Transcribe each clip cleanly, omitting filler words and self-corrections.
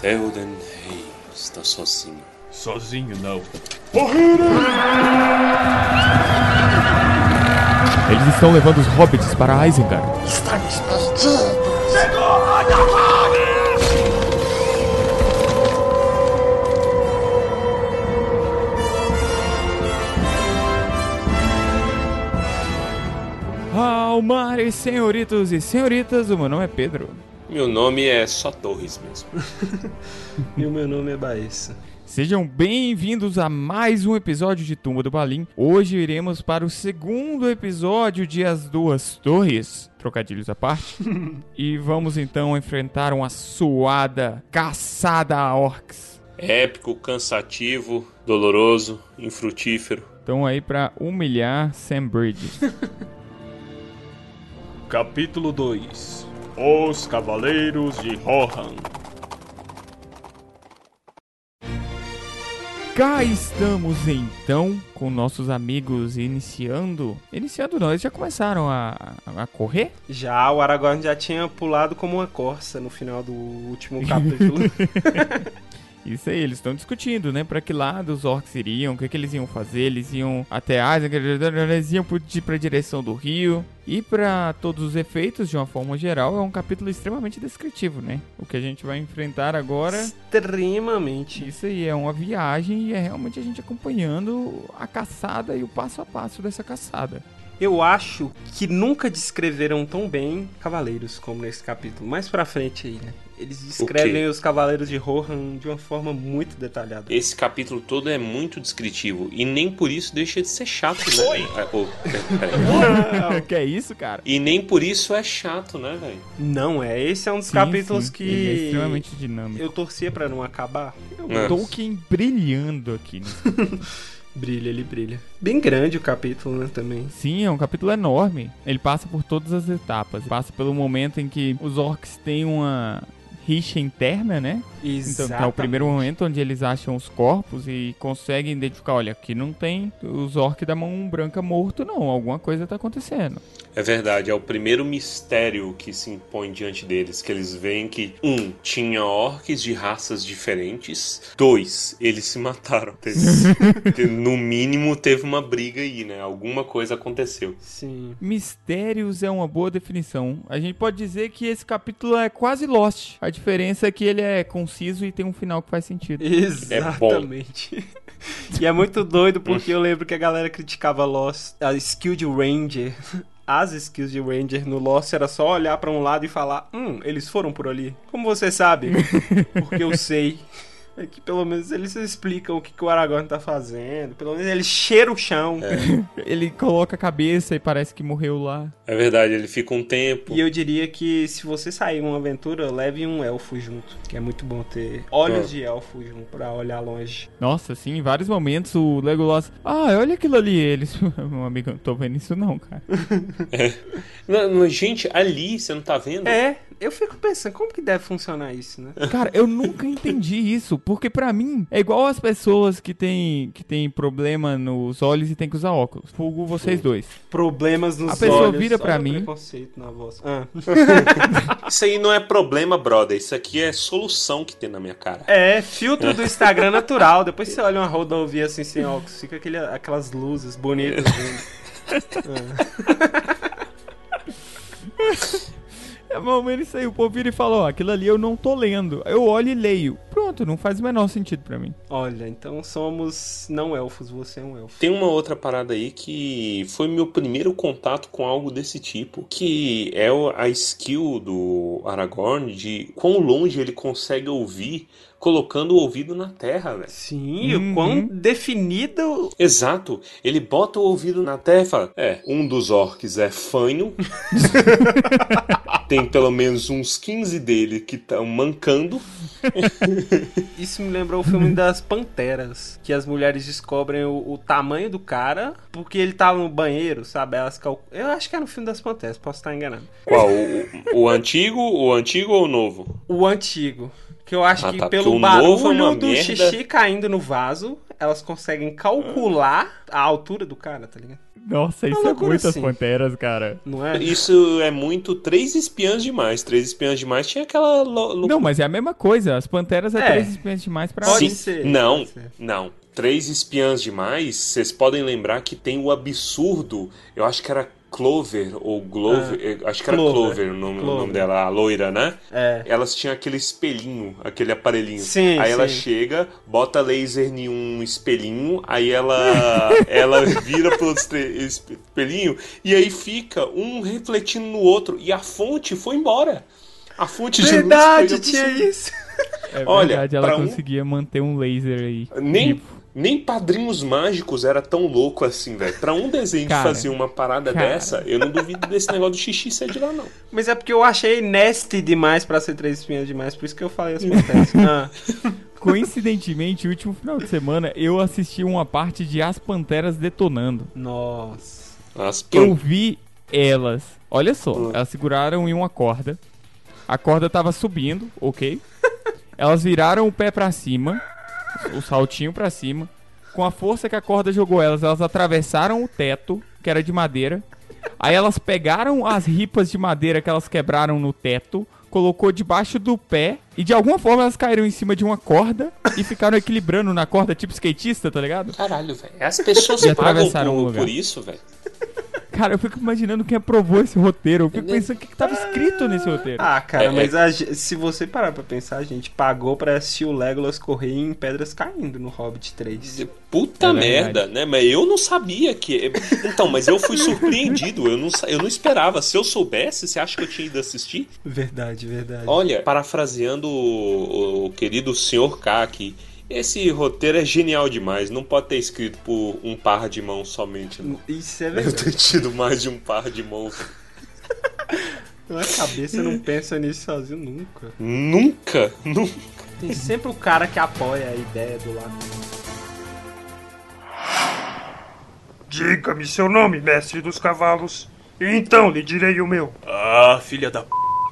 Théoden Rei está sozinho. Sozinho não. Eles estão levando os hobbits para Isengard. Estamos perdidos. Almares, senhoritos e senhoritas, o meu nome é Pedro. Meu nome é só Torres mesmo. E o meu nome é Baessa. Sejam bem-vindos a mais um episódio de Tumba do Balim. Hoje iremos para o segundo episódio de As Duas Torres, trocadilhos à parte. E vamos então enfrentar uma suada caçada a orcs. Épico, cansativo, doloroso, infrutífero. Estão aí para humilhar Sam Bridges. Capítulo 2. Os Cavaleiros de Rohan. Cá estamos então com nossos amigos iniciando não, eles já começaram a correr? Já, o Aragorn já tinha pulado como uma corça no final do último capítulo. Isso aí, eles estão discutindo, né? Pra que lado os orcs iriam, o que eles iam fazer, eles iam até Isengard, eles iam pra direção do rio. E pra todos os efeitos, de uma forma geral, é um capítulo extremamente descritivo, né? O que a gente vai enfrentar agora... Extremamente. Isso aí, é uma viagem e é realmente a gente acompanhando a caçada e o passo a passo dessa caçada. Eu acho que nunca descreveram tão bem cavaleiros como nesse capítulo. Mais pra frente aí, né? Eles descrevem os cavaleiros de Rohan de uma forma muito detalhada. Esse capítulo todo é muito descritivo e nem por isso deixa de ser chato, né? Peraí. Que é isso, cara? E nem por isso é chato, né, velho? Não é, esse é um dos capítulos sim, que... ele é extremamente dinâmico. Eu torcia pra não acabar. Tolkien brilhando aqui, né? Brilha, ele brilha. Bem grande o capítulo, né, também. Sim, é um capítulo enorme. Ele passa por todas as etapas. Passa pelo momento em que os orcs têm uma rixa interna, né? Exatamente. Então, é o primeiro momento onde eles acham os corpos e conseguem identificar, olha, aqui não tem os orcs da mão branca morto, não. Alguma coisa tá acontecendo. É verdade, é o primeiro mistério que se impõe diante deles, que eles veem que, tinha orcs de raças diferentes, 2, eles se mataram. No mínimo teve uma briga aí, né? Alguma coisa aconteceu. Sim. Mistérios é uma boa definição. A gente pode dizer que esse capítulo é quase Lost. A diferença é que ele é conciso e tem um final que faz sentido. Exatamente. E é muito doido porque eu lembro que a galera criticava Lost, a skill de Ranger. As skills de Ranger no Lost era só olhar pra um lado e falar, eles foram por ali. Como você sabe? Porque eu sei. É que pelo menos eles explicam o que o Aragorn tá fazendo. Pelo menos ele cheira o chão. Ele coloca a cabeça e parece que morreu lá. É verdade, ele fica um tempo. E eu diria que se você sair em uma aventura, leve um elfo junto. Que é muito bom ter olhos de elfo junto pra olhar longe. Nossa, sim, em vários momentos o Legolas... olha aquilo ali, eles... Meu amigo, eu não tô vendo isso não, cara. Não, gente, ali, você não tá vendo? Eu fico pensando, como que deve funcionar isso, né? Cara, eu nunca entendi isso, porque pra mim é igual as pessoas que tem problema nos olhos e tem que usar óculos. Fulgo vocês dois. Problemas nos olhos. A pessoa vira pra mim... preconceito na voz. Isso aí não é problema, brother. Isso aqui é solução que tem na minha cara. Filtro do Instagram natural. Depois você olha uma rodovia assim sem óculos, fica aquelas luzes bonitas. É bom, isso aí, o povo vira e fala, aquilo ali eu não tô lendo. Eu olho e leio. Pronto, não faz o menor sentido pra mim. Olha, então somos não elfos, você é um elfo. Tem uma outra parada aí que foi meu primeiro contato com algo desse tipo, que é a skill do Aragorn de quão longe ele consegue ouvir colocando o ouvido na terra, velho. Sim, o quão definido... Exato. Ele bota o ouvido na terra e fala, um dos orcs é fanho. Tem pelo menos uns 15 dele que estão mancando. Isso me lembrou o filme das Panteras, que as mulheres descobrem o tamanho do cara porque ele tava no banheiro, sabe? Eu acho que é no filme das Panteras, posso estar enganado. Qual? O antigo ou o novo? O antigo. Que eu acho que tá, pelo barulho do xixi caindo no vaso, elas conseguem calcular a altura do cara, tá ligado? Nossa, isso é loucura muitas assim. panteras, cara. Não é? Isso é muito Três Espiãs Demais. Três Espiãs Demais tinha aquela Não, mas é a mesma coisa. As panteras é 3 espiãs demais pra... Pode Sim. ser, Não, pode ser. não. Três Espiãs Demais, vocês podem lembrar que tem o absurdo, eu acho que era Clover ou Glover, acho que era Clover o nome dela, a loira, né? É. Elas tinham aquele espelhinho, aquele aparelhinho. Sim, aí ela sim. chega, bota laser em um espelhinho, aí ela vira pro outro espelhinho e aí fica um refletindo no outro e a fonte foi embora. A fonte de luz Verdade, foi tinha absurda. É isso. Olha, verdade, ela pra um- conseguia manter um laser aí. Nem Padrinhos Mágicos era tão louco assim, velho. Pra um desenho Cara, que fazia uma parada dessa, eu não duvido desse negócio do xixi ser de lá, não. Mas é porque eu achei nasty demais pra ser 3 espiãs demais, por isso que eu falei as panteras. Coincidentemente, o último final de semana, eu assisti uma parte de As Panteras Detonando. Nossa. Eu vi elas. Olha só, elas seguraram em uma corda. A corda tava subindo, ok? Elas viraram o pé pra cima, o saltinho pra cima. Com a força que a corda jogou elas atravessaram o teto, que era de madeira. Aí elas pegaram as ripas de madeira que elas quebraram no teto, colocou debaixo do pé e de alguma forma elas caíram em cima de uma corda e ficaram equilibrando na corda, tipo skatista, tá ligado? Caralho, velho. As pessoas E pagam atravessaram um lugar. por isso, velho. Cara, eu fico imaginando quem aprovou esse roteiro. Eu fico pensando o que tava escrito nesse roteiro. Ah, cara, mas se você parar pra pensar, a gente pagou pra assistir o Legolas correr em pedras caindo no Hobbit 3. Puta É merda, verdade. né? Mas eu não sabia que... Então, mas eu fui surpreendido. Eu não esperava. Se eu soubesse, você acha que eu tinha ido assistir? Verdade. Olha, parafraseando o querido Sr. K aqui, esse roteiro é genial demais. Não pode ter escrito por um par de mãos somente, não. Isso é Eu verdade. ter tido mais de um par de mãos. A cabeça não pensa nisso sozinho nunca. Nunca. Tem sempre o cara que apoia a ideia do lado. Diga-me seu nome, mestre dos cavalos. E então lhe direi o meu. Ah, filha da...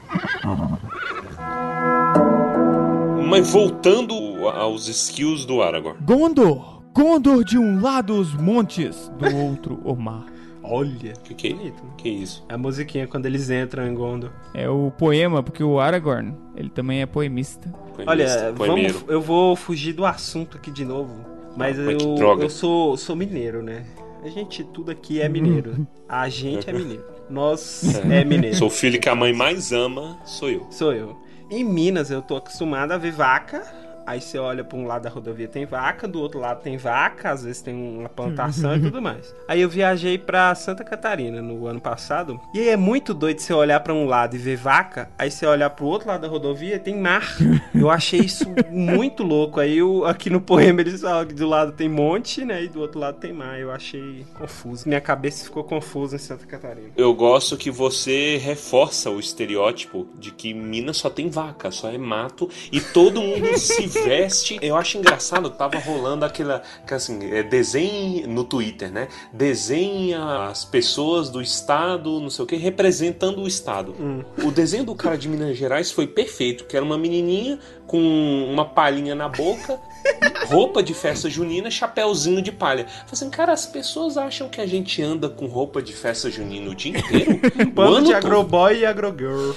Mas voltando aos skills do Aragorn. Gondor! Gondor de um lado os montes, do outro o mar. Olha, Que bonito. que é isso? A musiquinha quando eles entram em Gondor. É o poema, porque o Aragorn, ele também é poemista. Olha, Poemeiro. eu vou fugir do assunto aqui de novo. Mas Mas que droga. eu sou mineiro, né? A gente, tudo aqui é mineiro. A gente é mineiro. Nós é mineiro. Sou o filho que a mãe mais ama, sou eu. Sou eu. Em Minas, eu tô acostumado a ver vaca. Aí você olha pra um lado da rodovia tem vaca, do outro lado tem vaca, às vezes tem uma plantação e tudo mais. Aí eu viajei pra Santa Catarina no ano passado. E aí é muito doido você olhar pra um lado e ver vaca, aí você olhar pro outro lado da rodovia e tem mar. Eu achei isso muito louco. Aí aqui no poema eles falam que do lado tem monte, né? E do outro lado tem mar. Eu achei confuso. Minha cabeça ficou confusa em Santa Catarina. Eu gosto que você reforça o estereótipo de que Minas só tem vaca, só é mato e todo mundo se veste. Eu acho engraçado, tava rolando aquela que assim, desenho no Twitter, né? Desenha as pessoas do estado, não sei o que, representando o estado. O desenho do cara de Minas Gerais foi perfeito, que era uma menininha com uma palhinha na boca, roupa de festa junina, chapéuzinho de palha. Falei assim, cara, as pessoas acham que a gente anda com roupa de festa junina o dia inteiro? O Bando ano de todo. agroboy e agrogirl.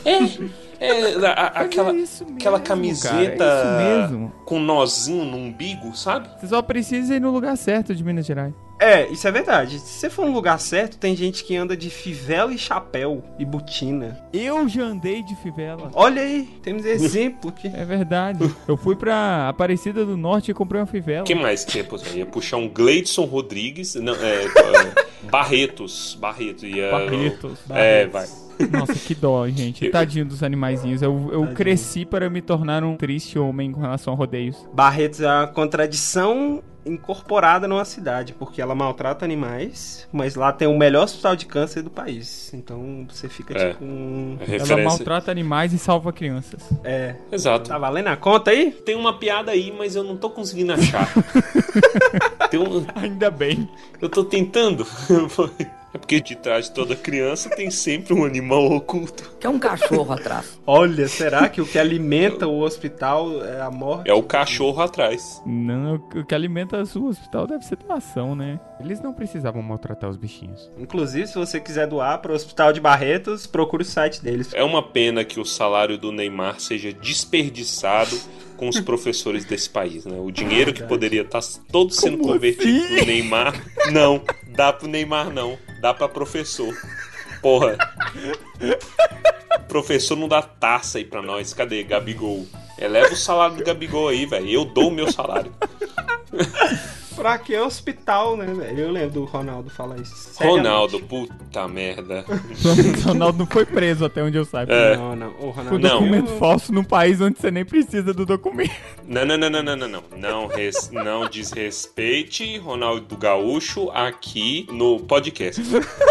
Aquela, Mas é isso mesmo, aquela cara, camiseta é isso mesmo. com nozinho no umbigo, sabe? Você só precisa ir no lugar certo de Minas Gerais. É, isso é verdade. Se você for no lugar certo, tem gente que anda de fivela e chapéu e botina. Eu já andei de fivela. Olha aí, temos exemplo aqui. É verdade. Eu fui pra Aparecida do Norte e comprei uma fivela. O que mais que ia puxar um Gleidson Rodrigues, não, Barretos, ia, Barretos. vai. Nossa, que dó, gente. Tadinho dos animaizinhos. Eu cresci para me tornar um triste homem com relação a rodeios. Barretos é uma contradição incorporada numa cidade, porque ela maltrata animais, mas lá tem o melhor hospital de câncer do país. Então você fica tipo É Ela referência. maltrata animais e salva crianças. Exato. Tá valendo a conta aí? Tem uma piada aí, mas eu não tô conseguindo achar. Ainda bem. Eu tô tentando. É porque de trás de toda criança tem sempre um animal oculto. Tem um cachorro atrás. Olha, será que o que alimenta o hospital é a morte? É o cachorro atrás. Não, o que alimenta o hospital deve ser doação, né? Eles não precisavam maltratar os bichinhos. Inclusive, se você quiser doar para o Hospital de Barretos, procure o site deles. É uma pena que o salário do Neymar seja desperdiçado com os professores desse país, né? O dinheiro que poderia estar todo sendo Como convertido assim? pro Neymar, não. Dá pro Neymar, não. Dá pra professor. Porra. Professor não dá taça aí pra nós. Cadê? Gabigol. Eleva o salário do Gabigol aí, velho. Eu dou o meu salário. Pra que hospital, né, velho? Eu lembro do Ronaldo falar isso. Ronaldo, puta merda. O Ronaldo não foi preso, até onde eu saiba. É. Não. O O Ronaldo Não. documento falso num país onde você nem precisa do documento. Não. Não desrespeite Ronaldo Gaúcho aqui no podcast.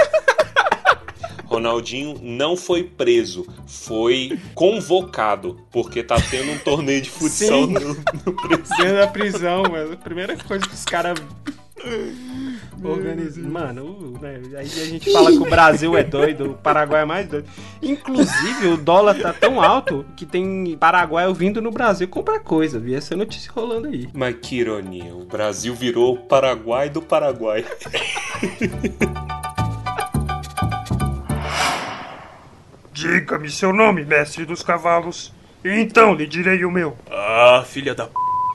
Ronaldinho não foi preso, foi convocado, porque tá tendo um torneio de futsal Sim. no Brasil. dentro da prisão, mano. A primeira coisa que os caras organizam. Mano, né? Aí a gente fala que o Brasil é doido, o Paraguai é mais doido. Inclusive, o dólar tá tão alto que tem paraguaio vindo no Brasil comprar coisa. Vi essa notícia rolando aí. Mas que ironia, o Brasil virou o Paraguai do Paraguai. Diga-me seu nome, mestre dos cavalos. Então lhe direi o meu. Ah, filha da p...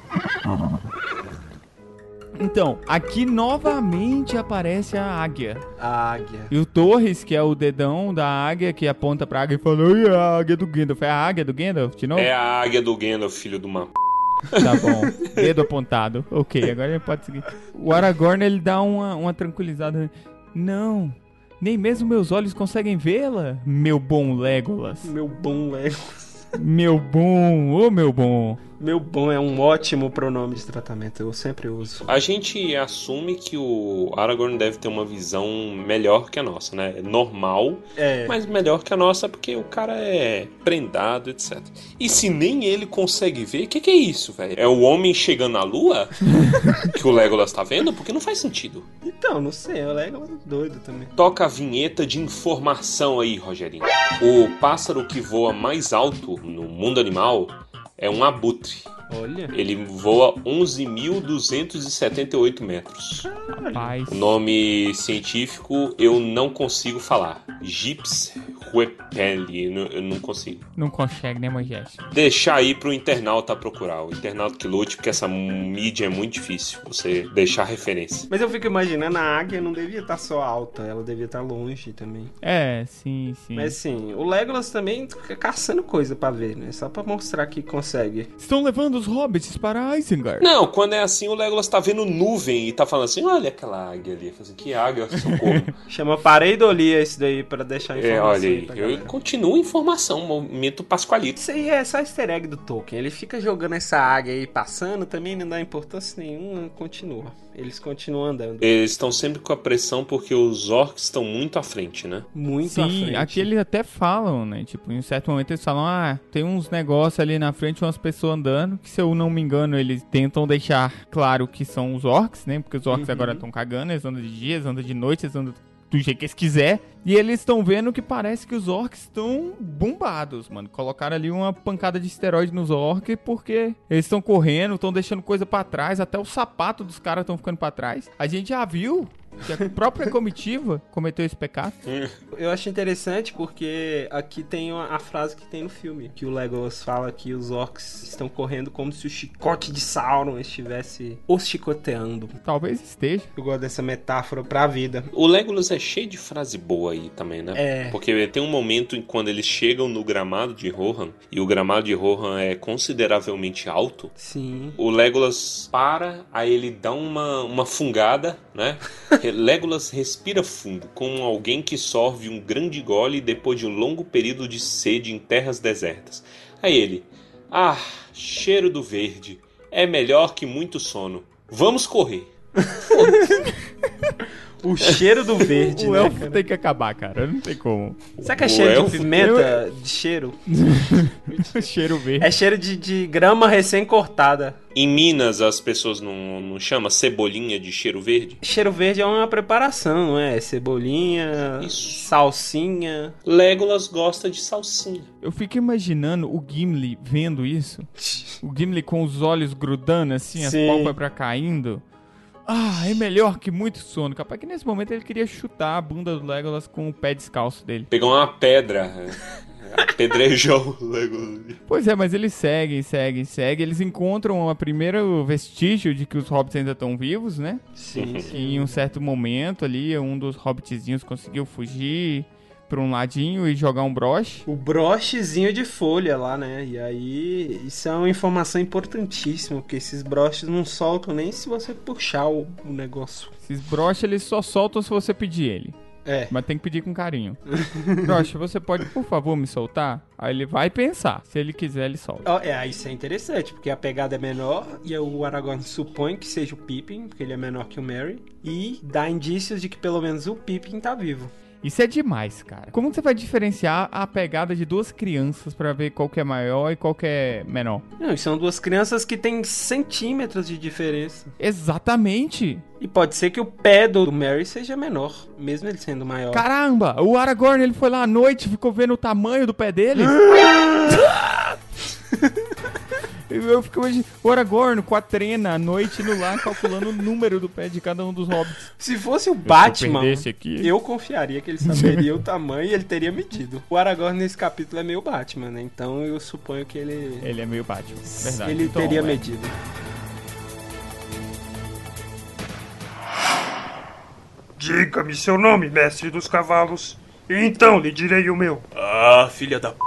Então, aqui novamente aparece a águia. A águia. E o Torres, que é o dedão da águia, que aponta pra águia e fala: "Oi, a águia do Gandalf." É a águia do Gandalf, de novo? É a águia do Gandalf, filho de uma p... Tá bom. Dedo apontado. Ok, agora a gente pode seguir. O Aragorn, ele dá uma tranquilizada. Não, nem mesmo meus olhos conseguem vê-la, meu bom Legolas. Meu bom Lego. Meu bom, ô meu bom. Meu bom é um ótimo pronome de tratamento. Eu sempre uso. A gente assume que o Aragorn deve ter uma visão melhor que a nossa, né? É normal, É. mas melhor que a nossa porque o cara é prendado, etc. E se nem ele consegue ver, o que é isso, velho? É o homem chegando à lua que o Legolas tá vendo? Porque não faz sentido. Então, não sei. O Lego é doido também. Toca a vinheta de informação aí, Rogerinho. O pássaro que voa mais alto no mundo animal é um abutre. Olha. Ele voa 11.278 metros. Rapaz. O nome científico eu não consigo falar. Gyps ruepeli. Eu não consigo. Não consegue, né, Moisés? Deixar aí pro internauta procurar. O internauta que lute, porque essa mídia é muito difícil. Você deixar referência. Mas eu fico imaginando, a águia não devia estar só alta, ela devia estar longe também. É, sim. Mas assim, o Legolas também fica caçando coisa pra ver, né? Só pra mostrar que consegue. Estão levando os hobbits para Isengard. Não, quando é assim, o Legolas tá vendo nuvem e tá falando assim, olha aquela águia ali. Fala assim, que águia, socorro. Chama pareidolia esse daí pra deixar informação. Olha aí, pra eu galera. continuo informação, momento Pascoalito. Isso aí é só easter egg do Tolkien. Ele fica jogando essa águia aí, passando, também não dá importância nenhuma, continua. Eles continuam andando. Eles estão sempre com a pressão porque os orcs estão muito à frente, né? Muito à Sim, frente. aqui eles até falam, né? Tipo, em um certo momento eles falam: ah, tem uns negócios ali na frente, umas pessoas andando, que se eu não me engano, eles tentam deixar claro que são os orcs, né? Porque os orcs agora estão cagando, eles andam de dia, eles andam de noite, eles andam do jeito que eles quiser. E eles estão vendo que parece que os orcs estão bombados, mano. Colocaram ali uma pancada de esteroide nos orcs porque eles estão correndo, estão deixando coisa pra trás, até o sapato dos caras estão ficando pra trás. A gente já viu que a própria comitiva cometeu esse pecado. Eu acho interessante porque aqui tem a frase que tem no filme, que o Legolas fala que os orcs estão correndo como se o chicote de Sauron estivesse os chicoteando. Talvez esteja. Eu gosto dessa metáfora pra vida. O Legolas é cheio de frase boa aí também, né? É. Porque tem um momento em quando eles chegam no gramado de Rohan, e o gramado de Rohan é consideravelmente alto. Sim. O Legolas para, aí ele dá uma fungada, né? Legolas respira fundo, como alguém que sorve um grande gole depois de um longo período de sede em terras desertas. Aí ele: ah, cheiro do verde, é melhor que muito sono. Vamos correr. O cheiro do verde, O né, elfo cara? tem que acabar, cara. Não tem como. Será que é O cheiro elfo- de pimenta? De cheiro? Cheiro verde. É cheiro de grama recém-cortada. Em Minas, as pessoas não chamam cebolinha de cheiro verde? Cheiro verde é uma preparação, não é? Cebolinha, Isso. salsinha. Legolas gosta de salsinha. Eu fico imaginando o Gimli vendo isso. O Gimli com os olhos grudando assim, as Sim. pálpebras caindo. Ah, é melhor que muito sono. Capaz que nesse momento ele queria chutar a bunda do Legolas com o pé descalço dele. Pegou uma pedra, apedrejou o Legolas. Pois é, mas eles seguem. Eles encontram a primeiro vestígio de que os hobbits ainda estão vivos, né? Sim, E em um certo momento ali, um dos hobbitzinhos conseguiu fugir pra um ladinho e jogar um broche. O brochezinho de folha lá, né? E aí, isso é uma informação importantíssima, porque esses broches não soltam nem se você puxar o negócio. Esses broches eles só soltam se você pedir ele. É. Mas tem que pedir com carinho. Broche, você pode, por favor, me soltar? Aí ele vai pensar. Se ele quiser, ele solta. Ó, isso é interessante, porque a pegada é menor e o Aragorn supõe que seja o Pippin, porque ele é menor que o Merry, e dá indícios de que pelo menos o Pippin tá vivo. Isso é demais, cara. Como você vai diferenciar a pegada de duas crianças pra ver qual que é maior e qual que é menor? Não, e são duas crianças que têm centímetros de diferença. Exatamente. E pode ser que o pé do Merry seja menor, mesmo ele sendo maior. Caramba, o Aragorn, ele foi lá à noite, ficou vendo o tamanho do pé dele. Eu fico imaginando o Aragorn com a trena à noite indo lá calculando o número do pé de cada um dos hobbits. Se fosse o Batman, perdesse aqui- eu confiaria que ele saberia o tamanho e ele teria medido. O Aragorn nesse capítulo é meio Batman, né? Então eu suponho que ele Ele é meio Batman, verdade. ele Então, teria é. medido. Diga-me seu nome, mestre dos cavalos. E então lhe direi o meu. Ah, filha da p...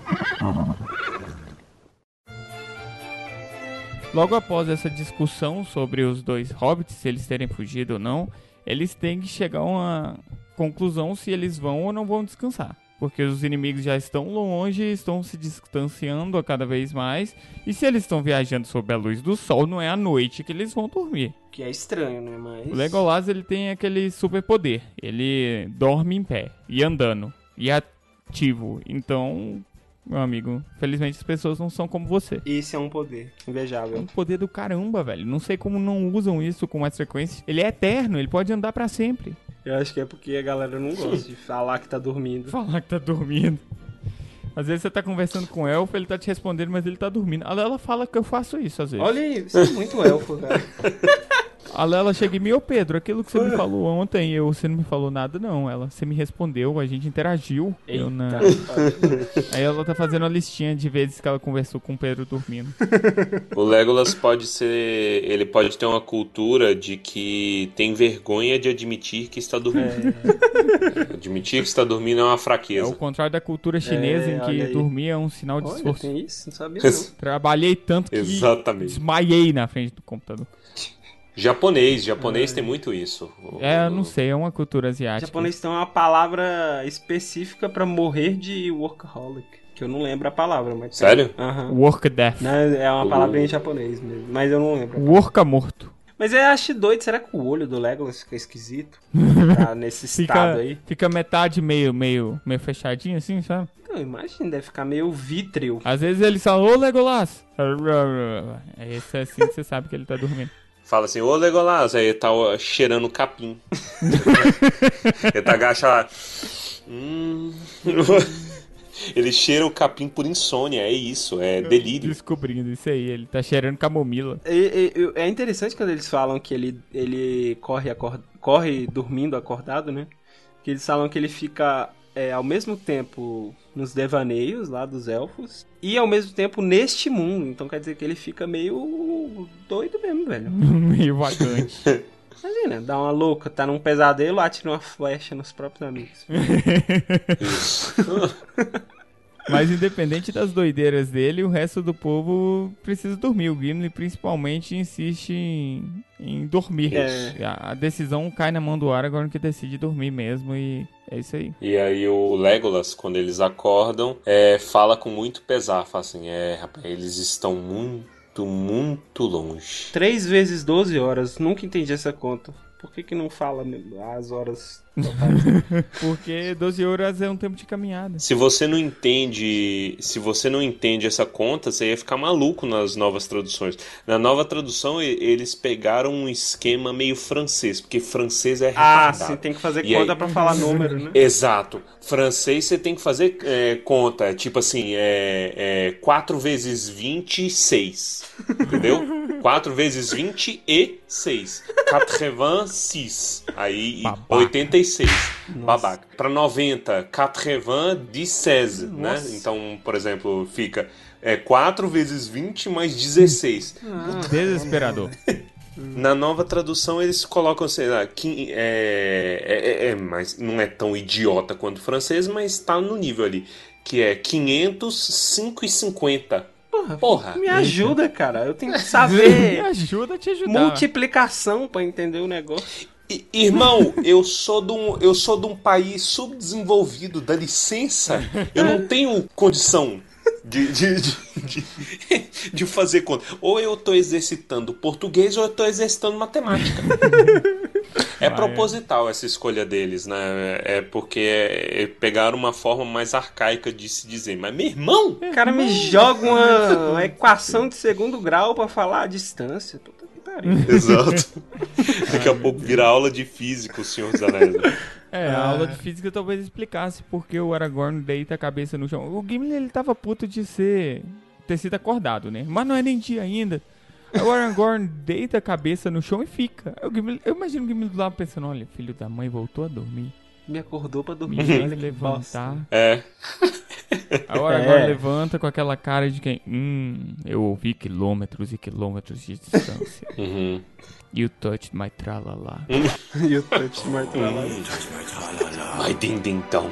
Logo após essa discussão sobre os dois hobbits, se eles terem fugido ou não, eles têm que chegar a uma conclusão se eles vão ou não vão descansar. Porque os inimigos já estão longe, estão se distanciando a cada vez mais. E se eles estão viajando sob a luz do sol, não é à noite que eles vão dormir. Que é estranho, né? Mas O Legolas, ele tem aquele superpoder. Ele dorme em pé, e andando, e ativo. Então, meu amigo, felizmente as pessoas não são como você. esse é um poder É um invejável. poder do caramba, velho. Não sei como não usam isso com mais frequência. Ele é eterno, ele pode andar pra sempre. Eu acho que é porque a galera não gosta de falar que tá dormindo. Falar que tá dormindo. Às vezes você tá conversando com o elfo, ele tá te respondendo, mas ele tá dormindo. A Lela fala que eu faço isso às vezes. Olha aí, você é muito elfo, cara. A Lela chega em mim, ô Pedro, aquilo que você me falou ontem, você não me falou nada não. Você me respondeu, a gente interagiu. Eu não. Aí ela tá fazendo a listinha de vezes que ela conversou com o Pedro dormindo. O Legolas pode ser... Ele pode ter uma cultura de que tem vergonha de admitir que está dormindo. Admitir que está dormindo é uma É o fraqueza. contrário da cultura chinesa em olha que aí. dormir é um sinal de Olha, esforço. tem isso? Não sabia não. Trabalhei tanto que Exatamente. desmaiei na frente do computador. Japonês tem muito isso. Eu não sei, é uma cultura O asiática. japonês tem uma palavra específica pra morrer de workaholic. Que eu não lembro a palavra, mas... Sério? Aham. Work death. Não, é uma palavra em japonês mesmo, mas eu não lembro. Work morto. Mas eu acho doido, será que o olho do Legolas fica esquisito? Tá nesse estado aí? Fica metade meio fechadinho assim, sabe? Então, imagina, deve ficar meio vítreo. Às vezes ele fala, ô Legolas! Esse é assim que você sabe que ele tá dormindo. Fala assim, ô Legolas, aí ele tá cheirando capim. Ele tá agachado. Ele cheira o capim por insônia, é isso, é delírio. Descobrindo isso aí, ele tá cheirando camomila. É interessante quando eles falam que ele corre dormindo acordado, né? Que eles falam que ele fica ao mesmo tempo nos devaneios lá dos elfos e ao mesmo tempo neste mundo. Então quer dizer que ele fica meio doido mesmo, velho. Meio vagante. Imagina, dá uma louca, tá num pesadelo, atira uma flecha nos próprios amigos. Mas independente das doideiras dele, o resto do povo precisa dormir. O Gimli principalmente insiste em dormir. A decisão cai na mão do Aragorn, que decide dormir mesmo, e é isso aí. E aí o Legolas, quando eles acordam, fala com muito pesar, fala assim, rapaz, eles estão muito longe. 3 vezes 12 horas, nunca entendi essa conta. Por que não fala as horas totais? Porque 12 horas é um tempo de caminhada. Se você não entende essa conta, você ia ficar maluco nas novas traduções. Na nova tradução, eles pegaram um esquema meio francês, porque francês é retardado. Sim, tem que fazer E conta aí- pra falar número, né? Exato. Francês você tem que fazer conta. Tipo assim, 4 vezes 26. Entendeu? 4 vezes 26. 86. Aí, Babaca. 86. Babaca. Pra 90, 96, né? Então, por exemplo, fica 4 vezes 20 mais 16. Desesperador. Na nova tradução eles colocam, sei lá, mas não é tão idiota quanto o francês, mas tá no nível ali, que é 505,50. Porra. Me ajuda, cara. Eu tenho que Me saber ajuda a te ajudar. multiplicação pra entender o negócio. Irmão, eu sou de um país subdesenvolvido, dá licença. Eu não tenho condição de fazer conta. Ou eu tô exercitando português ou eu tô exercitando matemática. É proposital essa escolha deles, né? É porque pegaram uma forma mais arcaica de se dizer. Mas, meu irmão! O cara me joga uma equação de segundo grau pra falar a distância. Puta que pariu. Exato. Daqui a pouco vira aula de física, o Senhor dos Anéis. A aula de física talvez explicasse porque o Aragorn deita a cabeça no chão. O Gimli, ele tava puto de ter sido acordado, né? Mas não é nem dia ainda. Aí o Aragorn deita a cabeça no chão e fica. Aí eu imagino o Gimli do lado pensando, olha, filho da mãe voltou a dormir. Me acordou pra dormir. Me fez Olha que levantar. bosta. Aí o Aragorn levanta com aquela cara de quem... eu ouvi quilômetros e quilômetros de distância. Uhum. You touched my tralala. E o touch martelado. Ai, ding ding dong.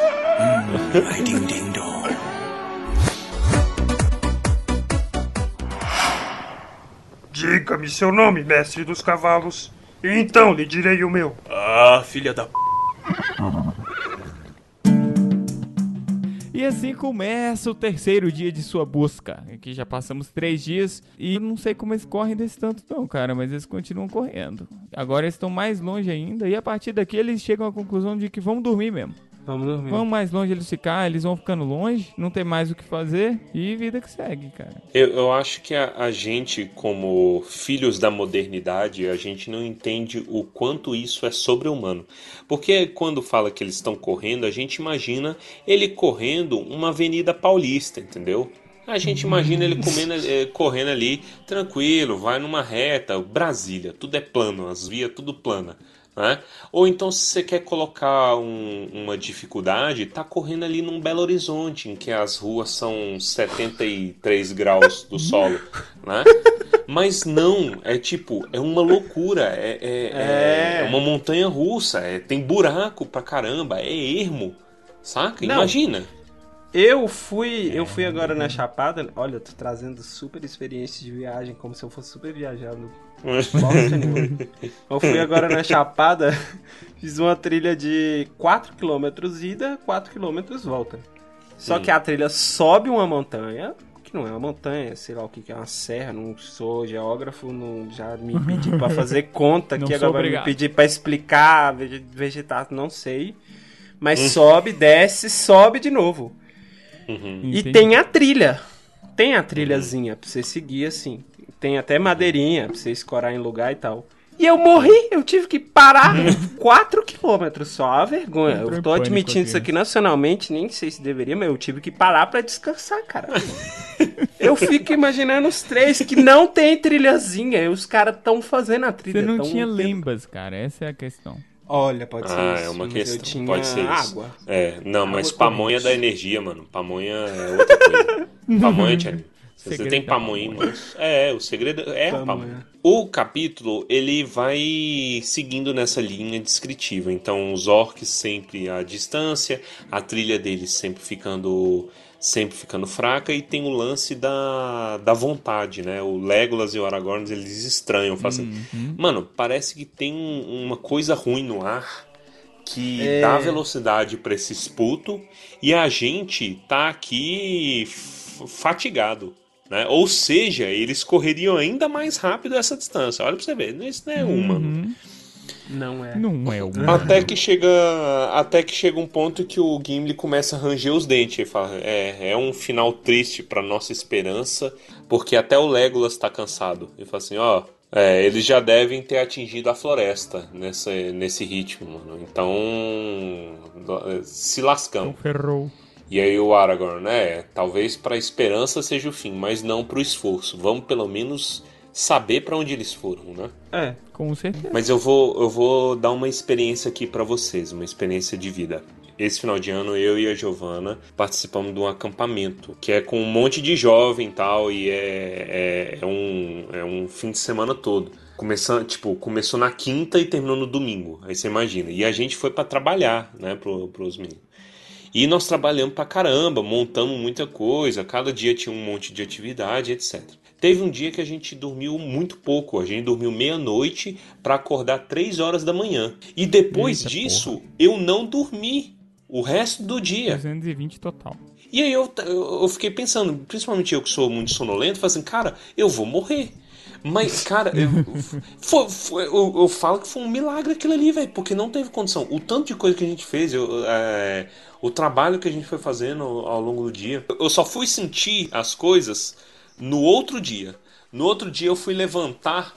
Diga-me seu nome, mestre dos cavalos. E então lhe direi o meu. Ah, filha da... E assim começa o terceiro dia de sua busca. Aqui já passamos 3 dias e não sei como eles correm desse tanto não, cara, mas eles continuam correndo. Agora eles estão mais longe ainda e a partir daqui eles chegam à conclusão de que vamos dormir mesmo. Vamos dormir. Quanto mais longe eles ficar, eles vão ficando longe, não tem mais o que fazer e vida que segue, cara. Eu acho que a gente, como filhos da modernidade, a gente não entende o quanto isso é sobre-humano. Porque quando fala que eles estão correndo, a gente imagina ele correndo uma avenida paulista, entendeu? A gente imagina ele correndo ali, tranquilo, vai numa reta, Brasília, tudo é plano, as vias tudo plana. Né? Ou então se você quer colocar uma dificuldade, tá correndo ali num Belo Horizonte, em que as ruas são 73 graus do solo, né? Mas não, é uma loucura, é uma montanha russa, tem buraco pra caramba, é ermo, saca? Não. Imagina. Eu fui agora na Chapada. Olha, eu tô trazendo super experiências de viagem, como se eu fosse super viajado. Bosta nenhuma. Eu fui agora na Chapada, fiz uma trilha de 4 km ida, 4 km volta. Só que a trilha sobe uma montanha, que não é uma montanha, sei lá o que é uma serra, não sou geógrafo, não, já me pedi pra fazer conta, Não que sou agora vai me obrigado. pedir pra explicar, vegetar, não sei. Mas sobe, desce, sobe de novo. E Entendi. tem a trilha. Tem a trilhazinha pra você seguir assim. Tem até madeirinha pra você escorar em lugar e tal. E eu morri, eu tive que parar 4 quilômetros só, a vergonha. Entrou Eu em tô pânico admitindo aqui. isso aqui nacionalmente, nem sei se deveria, mas eu tive que parar pra descansar, cara. Eu fico imaginando os 3 que não tem trilhazinha e os caras tão fazendo a trilha. Você não tão tinha tendo- lembas, cara, essa é a questão. Olha, pode ser isso. É uma mas questão, eu tinha pode ser isso. água. Não, mas Água pamonha corrente. dá energia, mano. Pamonha é outra coisa. Pamonha, Thiago. Se você Segredo tem da pamonha, pamonha. mano. O segredo é a Pamonha. pamonha. O capítulo, ele vai seguindo nessa linha descritiva. Então, os orcs sempre à distância, a trilha deles sempre ficando fraca, e tem o lance da vontade, né? O Legolas e o Aragorn, eles estranham, fazem. Mano, parece que tem uma coisa ruim no ar que dá velocidade pra esse esputo e a gente tá aqui fatigado, né? Ou seja, eles correriam ainda mais rápido essa distância. Olha pra você ver, isso não é humano. Não é. Não é o Até que chega um ponto que o Gimli começa a ranger os dentes. Ele fala, é um final triste pra nossa esperança, porque até o Legolas tá cansado. Ele fala assim, eles já devem ter atingido a floresta nesse ritmo, mano. Então, se lascamos. Ferrou. E aí o Aragorn, talvez pra esperança seja o fim, mas não pro esforço. Vamos pelo menos saber pra onde eles foram, né? Com certeza. Mas eu vou dar uma experiência aqui pra vocês, uma experiência de vida. Esse final de ano, eu e a Giovana participamos de um acampamento, que é com um monte de jovem e tal, e é um fim de semana todo. Começou na quinta e terminou no domingo, aí você imagina. E a gente foi pra trabalhar, né, pros meninos. E nós trabalhamos pra caramba, montamos muita coisa, cada dia tinha um monte de atividade, etc. Teve um dia que a gente dormiu muito pouco, a gente dormiu meia-noite pra acordar 3 horas da manhã. E depois disso, eu não dormi o resto do dia. 220 total. E aí eu fiquei pensando, principalmente eu que sou muito sonolento, falei assim, cara, eu vou morrer. Mas, cara, eu falo que foi um milagre aquilo ali, velho, porque não teve condição. O tanto de coisa que a gente fez, o trabalho que a gente foi fazendo ao longo do dia, eu só fui sentir as coisas no outro dia. No outro dia eu fui levantar.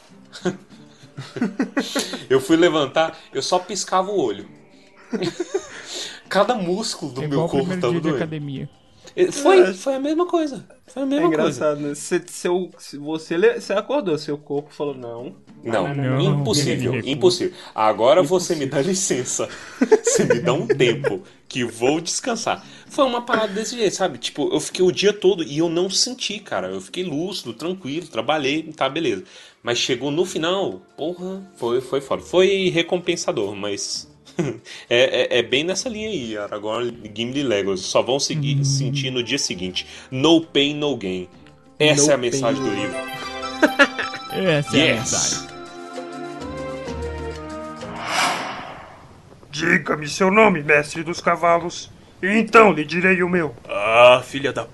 Eu só piscava o olho. Cada músculo do meu corpo tava doendo. Academia. Foi a mesma coisa. Foi a mesma engraçado, coisa. Né? Você acordou, seu corpo falou não. Não, impossível. Agora você me dá licença. Você me dá um tempo que vou descansar. Foi uma parada desse jeito, sabe? Tipo, eu fiquei o dia todo e eu não senti, cara. Eu fiquei lúcido, tranquilo, trabalhei, tá, beleza. Mas chegou no final, porra, foi foda. Foi recompensador, mas... é bem nessa linha aí, Aragorn, Gimli e Legolas só vão sentir no dia seguinte. No pain, no gain. Essa é a mensagem do livro. Essa é a mensagem. Diga-me seu nome, mestre dos cavalos, e então lhe direi o meu. Ah, filha da p...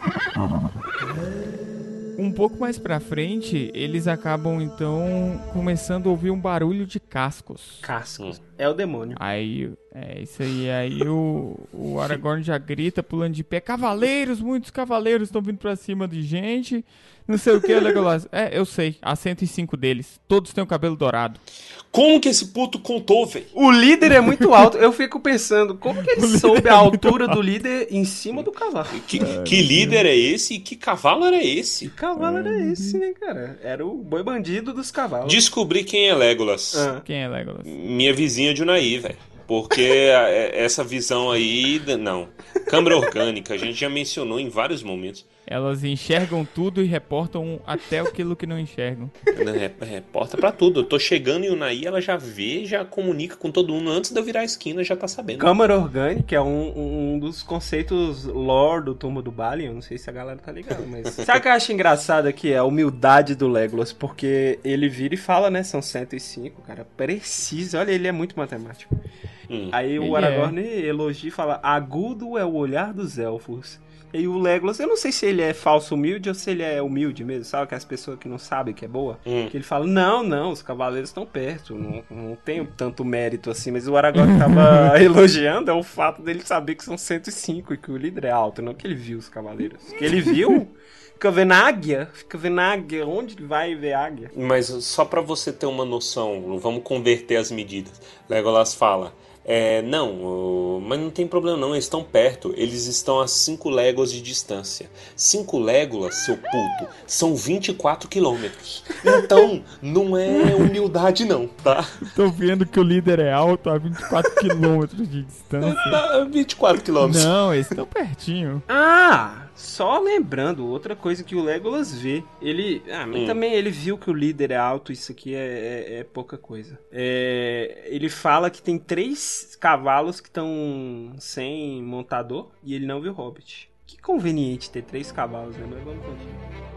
Um pouco mais pra frente, eles acabam então começando a ouvir um barulho de cascos. Cascos. É o demônio. Aí, isso aí. Aí o Aragorn já grita, pulando de pé. Cavaleiros, muitos cavaleiros estão vindo pra cima de gente. Não sei o que, Legolas. Eu sei. Há 105 deles. Todos têm o cabelo dourado. Como que esse puto contou, velho? O líder é muito alto. Eu fico pensando, como que ele soube a altura do líder em cima do cavalo? Que líder é esse e que cavalo era esse? Que cavalo era esse, né, cara? Era o boi bandido dos cavalos. Descobri quem é Legolas. Quem é Legolas? Minha vizinha de Unaí, velho. Porque essa visão aí, não. Câmara orgânica, a gente já mencionou em vários momentos. Elas enxergam tudo e reportam até aquilo que não enxergam. Reporta pra tudo. Eu tô chegando em Unaí, ela já vê, já comunica com todo mundo. Antes de eu virar a esquina, já tá sabendo. Câmara orgânica é um dos conceitos lore do Túmulo do Balin. Eu não sei se a galera tá ligada, mas... Sabe o que eu acho engraçado aqui? É a humildade do Legolas, porque ele vira e fala, né? São 105, cara. Preciso. Olha, ele é muito matemático. Aí o Aragorn elogia e fala, agudo é o olhar dos elfos. E o Legolas, eu não sei se ele é falso humilde ou se ele é humilde mesmo, sabe? Aquelas pessoas que não sabem que é boa. Que ele fala, não, os cavaleiros estão perto, não tem tanto mérito assim. Mas o Aragorn tava elogiando o fato dele saber que são 105 e que o líder é alto, não que ele viu os cavaleiros. Que ele viu... Fica vendo águia, onde vai ver águia? Mas só pra você ter uma noção, vamos converter as medidas. Legolas fala, mas não tem problema não, eles estão perto, eles estão a 5 léguas de distância. 5 léguas, seu puto, são 24 quilômetros. Então, não é humildade não, tá? Tô vendo que o líder é alto a 24 quilômetros de distância. 24 quilômetros. Não, eles estão pertinho. Só lembrando, outra coisa que o Legolas vê, mas também ele viu que o líder é alto, isso aqui é pouca coisa. Ele fala que tem 3 cavalos que estão sem montador e ele não viu o Hobbit. Que conveniente ter 3 cavalos, né? Mas vamos continuar.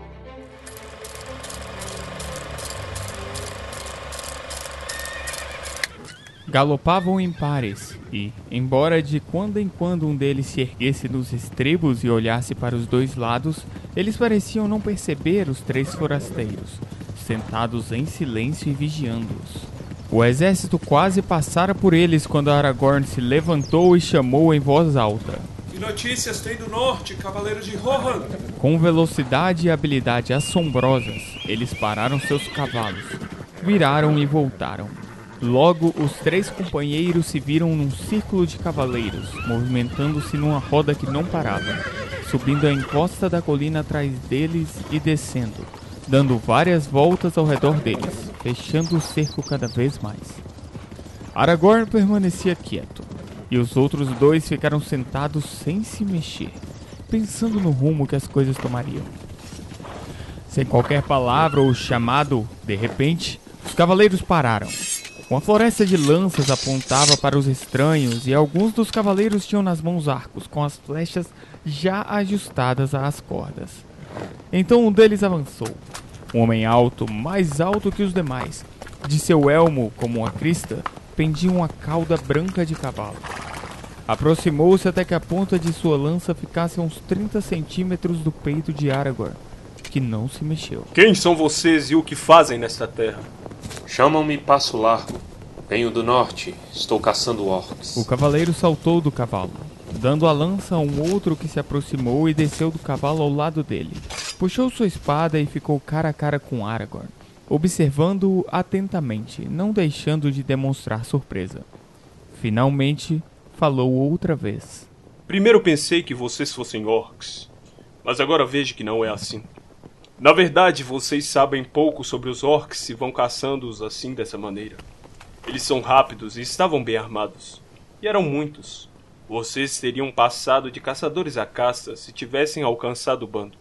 Galopavam em pares e, embora de quando em quando um deles se erguesse nos estribos e olhasse para os 2 lados, eles pareciam não perceber os 3 forasteiros, sentados em silêncio e vigiando-os. O exército quase passara por eles quando Aragorn se levantou e chamou em voz alta. Que notícias tem do norte, cavaleiros de Rohan? Com velocidade e habilidade assombrosas, eles pararam seus cavalos, viraram e voltaram. Logo, os 3 companheiros se viram num círculo de cavaleiros, movimentando-se numa roda que não parava, subindo a encosta da colina atrás deles e descendo, dando várias voltas ao redor deles, fechando o cerco cada vez mais. Aragorn permanecia quieto, e os outros 2 ficaram sentados sem se mexer, pensando no rumo que as coisas tomariam. Sem qualquer palavra ou chamado, de repente, os cavaleiros pararam. Uma floresta de lanças apontava para os estranhos e alguns dos cavaleiros tinham nas mãos arcos com as flechas já ajustadas às cordas. Então um deles avançou. Um homem alto, mais alto que os demais. De seu elmo, como uma crista, pendia uma cauda branca de cavalo. Aproximou-se até que a ponta de sua lança ficasse a uns 30 centímetros do peito de Aragorn, que não se mexeu. Quem são vocês e o que fazem nesta terra? Chamam-me Passo Largo. Venho do norte. Estou caçando orcs. O cavaleiro saltou do cavalo, dando a lança a um outro que se aproximou e desceu do cavalo ao lado dele. Puxou sua espada e ficou cara a cara com Aragorn, observando-o atentamente, não deixando de demonstrar surpresa. Finalmente, falou outra vez. Primeiro pensei que vocês fossem orcs, mas agora vejo que não é assim. Na verdade, vocês sabem pouco sobre os orcs e vão caçando-os assim dessa maneira. Eles são rápidos e estavam bem armados. E eram muitos. Vocês teriam passado de caçadores a caça se tivessem alcançado o bando.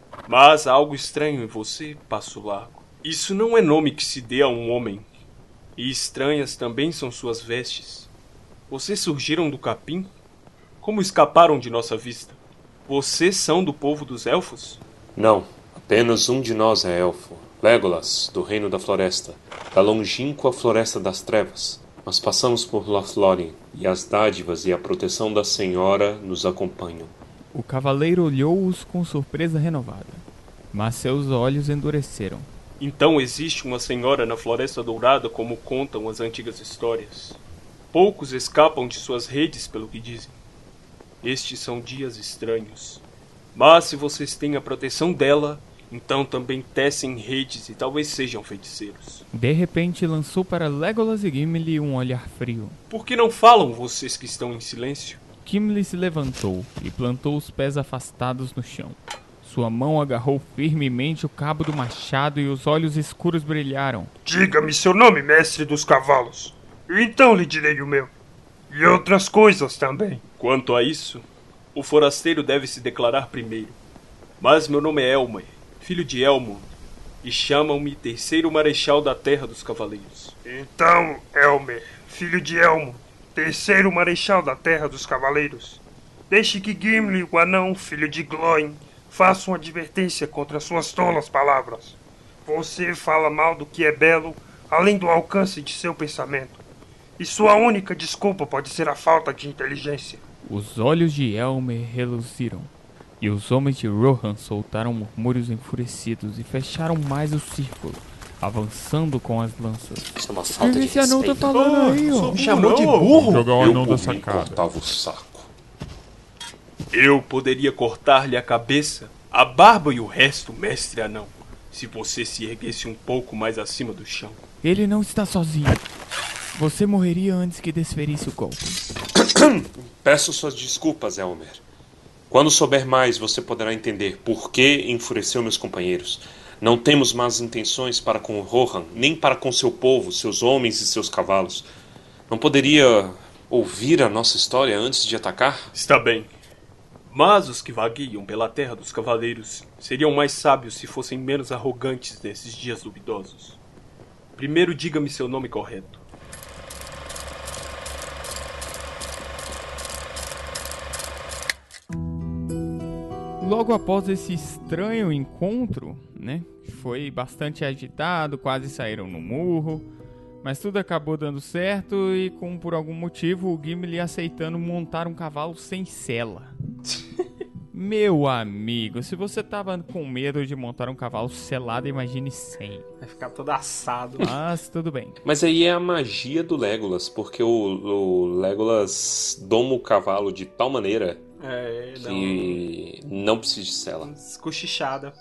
Mas há algo estranho em você, Passo Largo. Isso não é nome que se dê a um homem. E estranhas também são suas vestes. Vocês surgiram do capim? Como escaparam de nossa vista? Vocês são do povo dos elfos? Não. Apenas um de nós é elfo, Legolas, do Reino da Floresta, da longínqua Floresta das Trevas. Mas passamos por Lothlórien, e as dádivas e a proteção da Senhora nos acompanham. O cavaleiro olhou-os com surpresa renovada, mas seus olhos endureceram. Então existe uma senhora na Floresta Dourada como contam as antigas histórias. Poucos escapam de suas redes pelo que dizem. Estes são dias estranhos. Mas se vocês têm a proteção dela, então também tecem redes e talvez sejam feiticeiros. De repente lançou para Legolas e Gimli um olhar frio. Por que não falam vocês que estão em silêncio? Gimli se levantou e plantou os pés afastados no chão. Sua mão agarrou firmemente o cabo do machado e os olhos escuros brilharam. Diga-me seu nome, mestre dos cavalos. Então lhe direi o meu. E outras coisas também. Quanto a isso, o forasteiro deve se declarar primeiro. Mas meu nome é Elmer, filho de Elmond, e chamam-me terceiro marechal da Terra dos Cavaleiros. Então, Elmer, filho de Elmo, terceiro marechal da Terra dos Cavaleiros, deixe que Gimli, o anão, filho de Glóin, faça uma advertência contra suas tolas palavras. Você fala mal do que é belo, além do alcance de seu pensamento. E sua única desculpa pode ser a falta de inteligência. Os olhos de Elmer reluziram, e os homens de Rohan soltaram murmúrios enfurecidos e fecharam mais o círculo, avançando com as lanças. Isso é uma falta de Esse anão tá respeito. falando aí, ó. Chamou de burro? Jogar o Eu anão da por mim sacada. cortava o saco. Eu poderia cortar-lhe a cabeça, a barba e o resto, mestre anão, se você se erguesse um pouco mais acima do chão. Ele não está sozinho. Você morreria antes que desferisse o golpe. Peço suas desculpas, Elmer. Quando souber mais, você poderá entender por que enfureceu meus companheiros. Não temos más intenções para com Rohan, nem para com seu povo, seus homens e seus cavalos. Não poderia ouvir a nossa história antes de atacar? Está bem. Mas os que vagueiam pela Terra dos Cavaleiros seriam mais sábios se fossem menos arrogantes nesses dias duvidosos. Primeiro diga-me seu nome correto. Logo após esse estranho encontro, né, foi bastante agitado, quase saíram no murro, mas tudo acabou dando certo e por algum motivo o Gimli aceitando montar um cavalo sem sela. Meu amigo, se você tava com medo de montar um cavalo selado, imagine sem. Vai ficar todo assado. Mas tudo bem. Mas aí é a magia do Legolas, porque o Legolas doma o cavalo de tal maneira Dá que não precisa de sela. uma cochichada.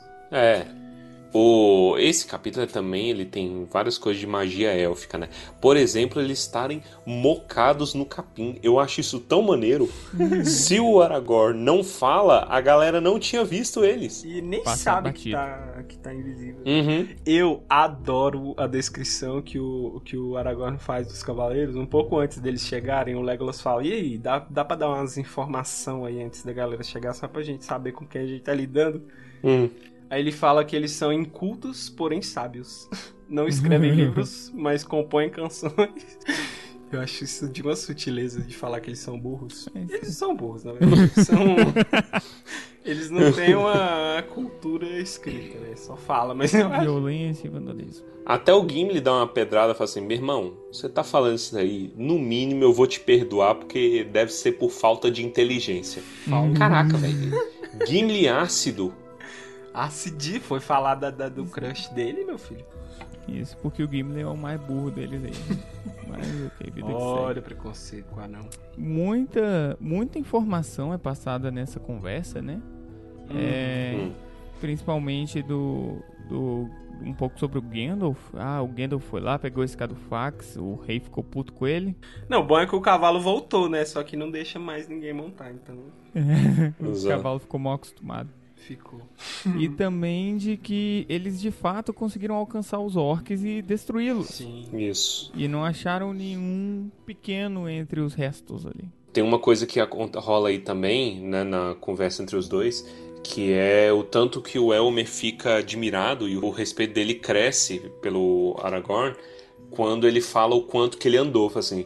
Esse capítulo também ele tem várias coisas de magia élfica, né? Por exemplo, eles estarem mocados no capim. Eu acho isso tão maneiro. Se o Aragorn não fala, a galera não tinha visto eles. E nem Passa sabe batido. que tá invisível. Uhum. Eu adoro a descrição que o Aragorn faz dos cavaleiros. Um pouco antes deles chegarem, o Legolas fala: e aí, dá pra dar umas informações aí antes da galera chegar, só pra gente saber com quem a gente tá lidando? Aí ele fala que eles são incultos, porém sábios. Não escrevem livros, mas compõem canções. Eu acho isso de uma sutileza de falar que eles são burros. Eles são burros, na verdade. Eles não têm uma cultura escrita, né? Só fala, mas eu acho. Violência e vandalismo. Até o Gimli dá uma pedrada e fala assim: meu irmão, você tá falando isso daí, no mínimo eu vou te perdoar porque deve ser por falta de inteligência. Caraca, velho. Gimli ácido. Cid foi falar do crush dele, meu filho. Isso, porque o Gimli é o mais burro deles aí. Mas ok, vida que Olha segue. o preconceito com o anão. Muita informação é passada nessa conversa, né? Principalmente um pouco sobre o Gandalf. O Gandalf foi lá, pegou esse Cadufax, o rei ficou puto com ele. Não, o bom é que o cavalo voltou, né? Só que não deixa mais ninguém montar, então O cavalo ficou mal acostumado. ficou. E também de que eles de fato conseguiram alcançar os orcs e destruí-los. Sim. Isso. E não acharam nenhum pequeno entre os restos ali. Tem uma coisa que rola aí também, né, na conversa entre os dois, que é o tanto que o Elmer fica admirado e o respeito dele cresce pelo Aragorn quando ele fala o quanto que ele andou. Fala assim,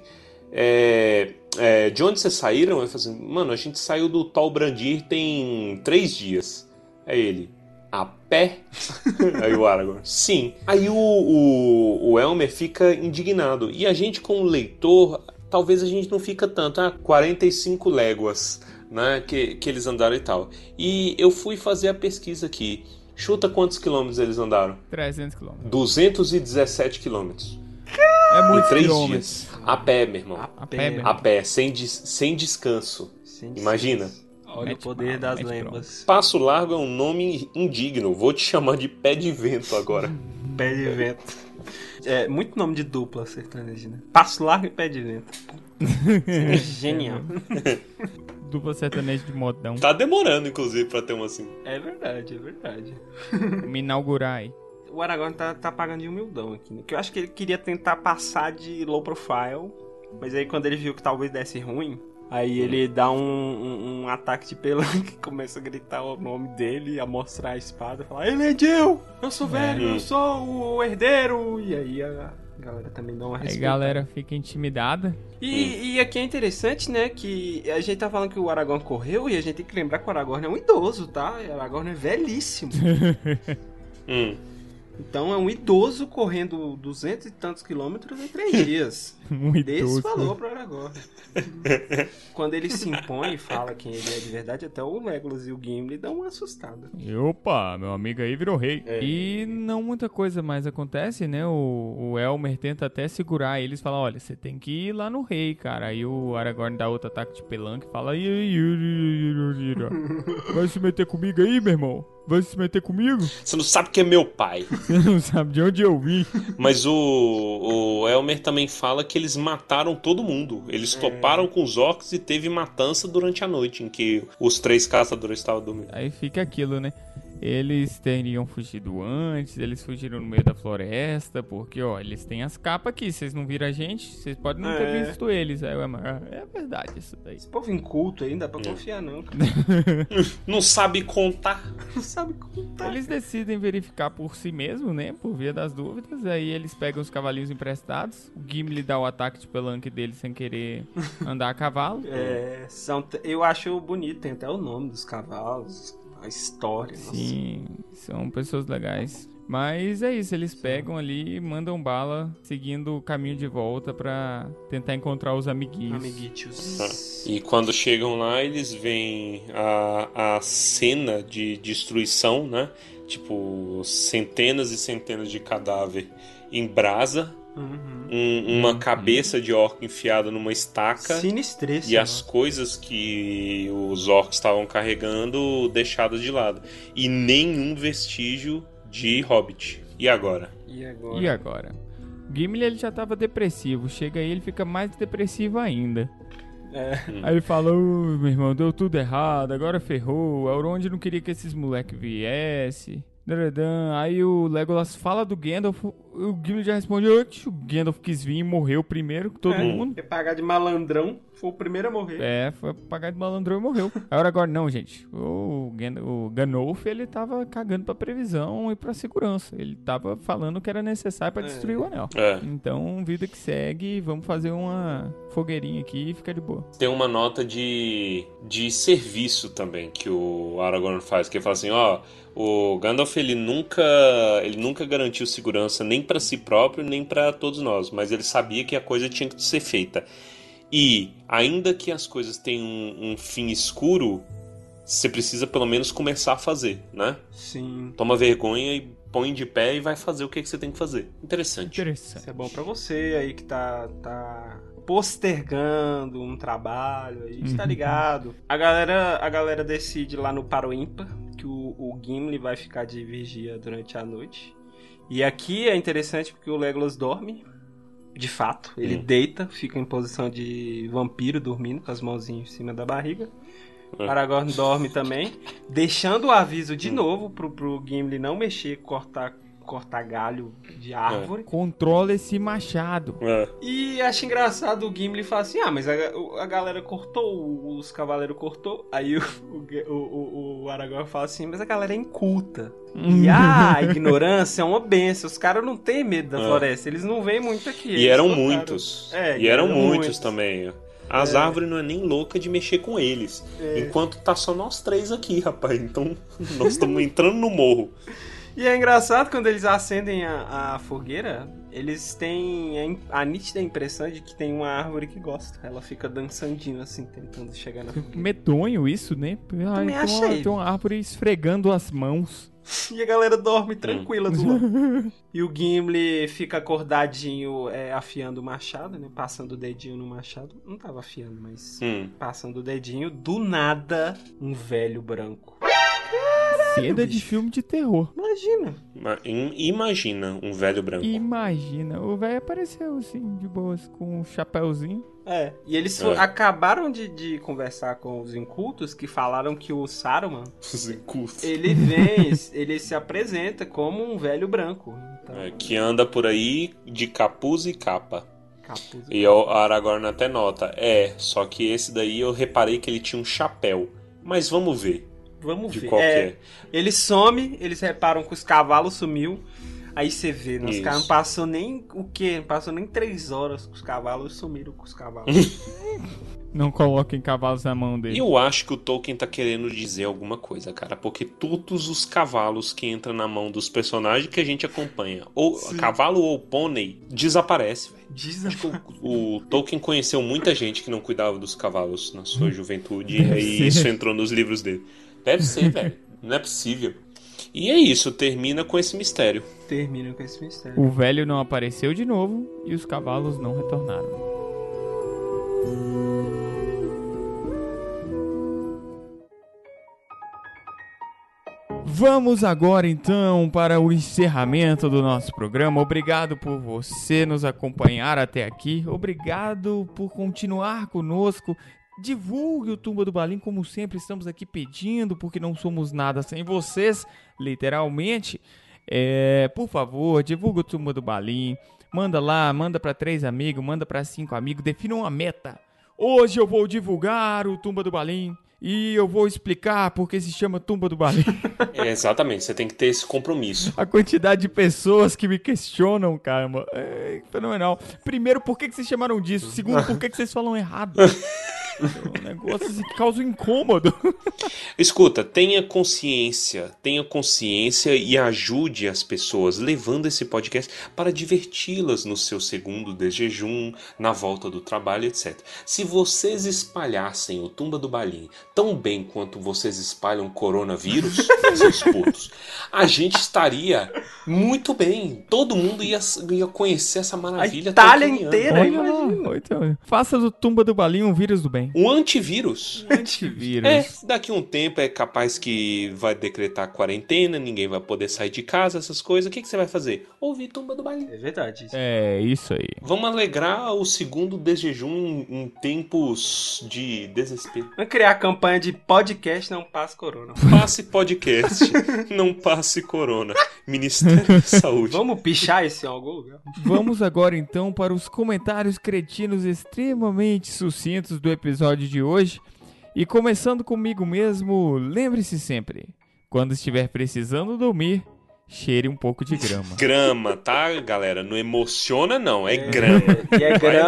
de onde vocês saíram? Eu falo assim, mano, a gente saiu do Tol Brandir tem 3 dias. É ele, a pé? Aí o Aragorn, sim. Aí o Elmer fica indignado. E a gente como leitor, talvez a gente não fica tanto, 45 léguas, né, que eles andaram e tal. E eu fui fazer a pesquisa aqui. Chuta quantos quilômetros eles andaram? 300 km. 217 quilômetros. É muito Em 3 quilômetros. dias. A pé, meu irmão. A pé mesmo. A pé, sem descanso. Imagina. Olha Mete o poder bala, das mete lembas. Passo Largo é um nome indigno. Vou te chamar de pé de vento agora. Pé de vento. É muito nome de dupla sertaneja, né? Passo largo e pé de vento. Seria genial. Dupla sertaneja de modão. Tá demorando, inclusive, pra ter uma assim. É verdade, é verdade. Me inaugurar aí. O Aragorn tá pagando de humildão aqui, né? Que eu acho que ele queria tentar passar de low profile, mas aí quando ele viu que talvez desse ruim, aí ele dá um ataque de pelanque, começa a gritar o nome dele, a mostrar a espada, falar: Elendil, eu sou velho, eu sou o herdeiro. E aí a galera também dá uma Aí respeitada. a galera fica intimidada. E aqui é interessante, né, que a gente tá falando que o Aragorn correu e a gente tem que lembrar que o Aragorn é um idoso, tá? O Aragorn é velhíssimo. Então é um idoso correndo 200 e tantos quilômetros em 3 dias. Um Desse idoso. valor pro Aragorn. Quando ele se impõe e fala quem ele é de verdade, até o Legolas e o Gimli dão uma assustada. E opa, meu amigo aí virou rei. É. E não muita coisa mais acontece, né? O Elmer tenta até segurar eles, fala: olha, você tem que ir lá no rei, cara. Aí o Aragorn dá outro ataque de pelanque e fala: e aí, vai se meter comigo aí, meu irmão? Vai se meter comigo? Você não sabe que é meu pai. Você não sabe de onde eu vim. Mas o Elmer também fala que eles mataram todo mundo. Eles toparam com os orcs e teve matança durante a noite em que os 3 caçadores estavam dormindo. Aí fica aquilo, né? Eles teriam fugido antes, eles fugiram no meio da floresta, porque, ó, eles têm as capas aqui, vocês não viram a gente, vocês podem não ter visto eles. Aí o Elmer, é verdade isso daí. Esse povo inculto aí, não dá pra confiar não, cara. Não sabe contar. Não sabe contar. Eles decidem verificar por si mesmo, né? Por via das dúvidas. Aí eles pegam os cavalinhos emprestados. O Gimli dá o ataque de pelanque dele sem querer andar a cavalo. Eu acho bonito, tem até o nome dos cavalos. a história. Nossa. Sim, são pessoas legais. Mas é isso, eles pegam ali e mandam bala, seguindo o caminho de volta pra tentar encontrar os amiguinhos. Amiguitos. E quando chegam lá, eles veem a cena de destruição, né? Tipo, centenas e centenas de cadáver em brasa. Uma cabeça de orc enfiada numa estaca. Sinistríssimo. E as coisas que os orcs estavam carregando deixadas de lado. E nenhum vestígio de Hobbit. E agora? E agora? O Gimli ele já tava depressivo. Chega aí, ele fica mais depressivo ainda. Aí ele fala, meu irmão, deu tudo errado, agora ferrou. Elrond não queria que esses moleques viessem. Aí o Legolas fala do Gandalf, o Gimli já responde, o Gandalf quis vir e morreu primeiro que todo mundo. Quer pagar de malandrão, foi o primeiro a morrer. Foi pagar de malandrão e morreu. Agora não, gente, o Gandalf, ele tava cagando pra previsão e pra segurança. Ele tava falando que era necessário pra destruir o anel. Então, vida que segue, vamos fazer uma fogueirinha aqui e ficar de boa. Tem uma nota de serviço também que o Aragorn faz, que ele fala assim, o Gandalf ele nunca garantiu segurança nem pra si próprio, nem pra todos nós, mas ele sabia que a coisa tinha que ser feita. E ainda que as coisas tenham um fim escuro, você precisa pelo menos começar a fazer, né? Sim. Toma vergonha e põe de pé e vai fazer o que você tem que fazer. Interessante. Isso é bom pra você aí que tá postergando um trabalho aí, tá ligado? A galera decide lá no Paro Ímpar que o Gimli vai ficar de vigia durante a noite. E aqui é interessante porque o Legolas dorme, de fato. Ele deita, fica em posição de vampiro, dormindo, com as mãozinhas em cima da barriga. Aragorn dorme também, deixando o aviso de novo pro Gimli não mexer, cortar galho de árvore. Controla esse machado. E acho engraçado o Gimli falar assim, mas a galera cortou, os cavaleiros cortou. Aí o Aragorn fala assim, mas a galera é inculta. E a ignorância é uma benção. Os caras não têm medo da floresta, eles não veem muito aqui. E eram muitos. E eram muitos também. As árvores não é nem louca de mexer com eles. Enquanto tá só nós três aqui, rapaz. Então nós estamos entrando no morro. E é engraçado quando eles acendem a fogueira, eles têm a nítida impressão de que tem uma árvore que gosta. Ela fica dançandinho assim, tentando chegar na fogueira. Medonho isso, né? Tem uma árvore esfregando as mãos. E a galera dorme tranquila do lado. E o Gimli fica acordadinho afiando o machado, né? Passando o dedinho no machado. Não tava afiando, mas passando o dedinho. Do nada, um velho branco. Cena de filme de terror. Imagina um velho branco. Imagina. O velho apareceu assim, de boas, com um chapéuzinho. E eles acabaram de conversar com os incultos que falaram que o Saruman, os incultos, ele se apresenta como um velho branco. Então... que anda por aí de capuz e capa. E o Aragorn até nota. Só que esse daí eu reparei que ele tinha um chapéu. Mas vamos ver. Qual que é. Ele some, eles reparam que os cavalos sumiu. Aí você vê, os caras não passou nem o quê? Não passou nem 3 horas com os cavalos, sumiram com os cavalos. Não coloquem cavalos na mão dele. Eu acho que o Tolkien tá querendo dizer alguma coisa, cara. Porque todos os cavalos que entram na mão dos personagens que a gente acompanha, ou cavalo ou pônei, desaparece, velho. Acho que o Tolkien conheceu muita gente que não cuidava dos cavalos na sua juventude. E aí isso entrou nos livros dele. Deve ser, velho. Não é possível. E é isso, termina com esse mistério. O velho não apareceu de novo e os cavalos não retornaram. Vamos agora então para o encerramento do nosso programa. Obrigado por você nos acompanhar até aqui. Obrigado por continuar conosco. Divulgue o Tumba do Balim, como sempre estamos aqui pedindo, porque não somos nada sem vocês, literalmente. Por favor, divulgue o Tumba do Balim. Manda lá, manda para 3 amigos, manda para 5 amigos, defina uma meta. Hoje eu vou divulgar o Tumba do Balim e eu vou explicar porque se chama Tumba do Balim. Exatamente, você tem que ter esse compromisso. A quantidade de pessoas que me questionam, cara, é fenomenal. Primeiro, por que vocês chamaram disso? Segundo, por que vocês falam errado? É um negócio assim que causa um incômodo. Escuta, tenha consciência e ajude as pessoas levando esse podcast para diverti-las no seu segundo de jejum, na volta do trabalho, etc. Se vocês espalhassem o Tumba do Balim tão bem quanto vocês espalham coronavírus, seus putos, a gente estaria muito bem. Todo mundo ia conhecer essa maravilha. A Itália tolkieniana. inteira, Olha imagina. lá, então, faça do Tumba do Balim um vírus do bem. Um antivírus. Antivírus. É, daqui a um tempo é capaz que vai decretar quarentena, ninguém vai poder sair de casa, essas coisas. O que você vai fazer? Ouvir Tumba do Balim. É verdade. É, isso aí. Vamos alegrar o segundo desjejum em tempos de desespero. Vamos criar a campanha de podcast não passa corona. Passe podcast, não passe corona. Ministério da Saúde. Vamos pichar isso em algum lugar? Vamos agora então para os comentários cretinos extremamente sucintos do episódio de hoje. E começando comigo mesmo, lembre-se sempre, quando estiver precisando dormir, cheire um pouco de grama. Grama, tá, galera? Não emociona, não. É grama. E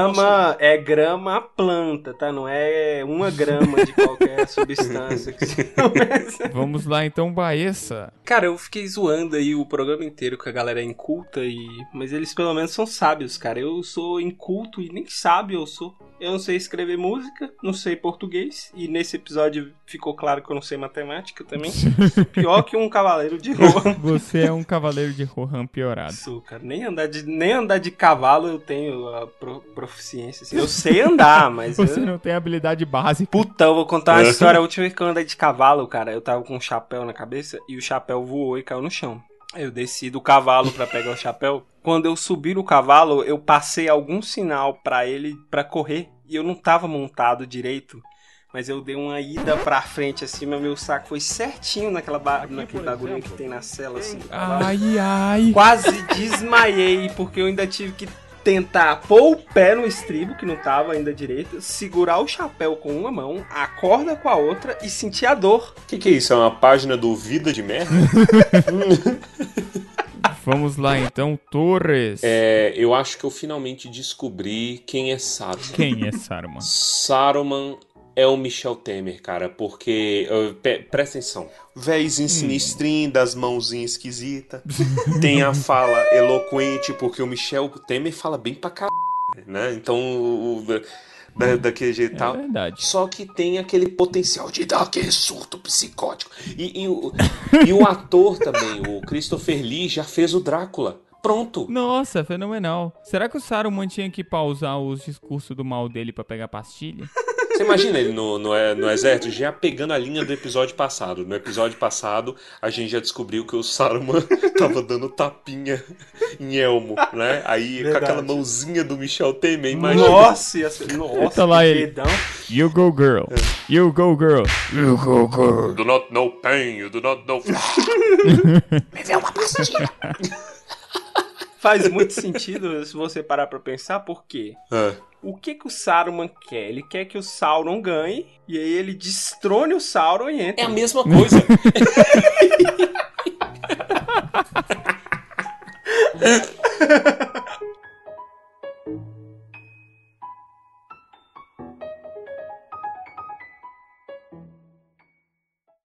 é grama a planta, tá? Não é 1 grama de qualquer substância que você começa. Vamos lá então, Baessa. Cara, eu fiquei zoando aí o programa inteiro com a galera inculta, mas eles pelo menos são sábios, cara. Eu sou inculto e nem sábio eu sou. Eu não sei escrever música, não sei português, e nesse episódio ficou claro que eu não sei matemática também. Sou pior que um cavaleiro de Rohan. Você é um cavaleiro de Rohan piorado. Sou, cara. Nem andar de cavalo eu tenho a proficiência. Assim. Eu sei andar, mas... Você não tem habilidade básica. Puta, eu vou contar uma história. A última vez que eu andei de cavalo, cara, eu tava com um chapéu na cabeça e o chapéu voou e caiu no chão. Eu desci do cavalo pra pegar o chapéu. Quando eu subi no cavalo, eu passei algum sinal pra ele pra correr. E eu não tava montado direito. Mas eu dei uma ida pra frente assim, mas meu saco foi certinho naquele bagulho que tem na cela assim. do cavalo. Ai. Quase desmaiei, porque eu ainda tive que tentar pôr o pé no estribo, que não tava ainda direito, segurar o chapéu com uma mão, a corda com a outra e sentir a dor. O que é isso? É uma página do Vida de Merda? Vamos lá então, Torres. Eu acho que eu finalmente descobri quem é Saruman. Quem é Saruman? Saruman é o Michel Temer, cara, porque... presta atenção. Véizinho sinistrinho, das mãozinhas esquisitas. Tem a fala eloquente, porque o Michel Temer fala bem pra caralho, né? Então, daquele jeito e tal. É verdade. Só que tem aquele potencial de dar aquele surto psicótico. E o ator também, o Christopher Lee, já fez o Drácula. Pronto. Nossa, fenomenal. Será que o Saruman tinha que pausar os discursos do mal dele pra pegar pastilha? Você imagina ele no exército já pegando a linha do episódio passado. No episódio passado, a gente já descobriu que o Saruman tava dando tapinha em Elmo, né? Aí, Verdade. com aquela mãozinha do Michel Temer, imagina. Nossa, ia ser... Nossa, Tá lá que ele. dedão. You go girl. You go girl. You go girl. You do not know pain, you do not know... Me vê uma pastilha. Faz muito sentido se você parar pra pensar, por quê? O que o Saruman quer? Ele quer que o Sauron ganhe, e aí ele destrone o Sauron e entra. É a mesma coisa.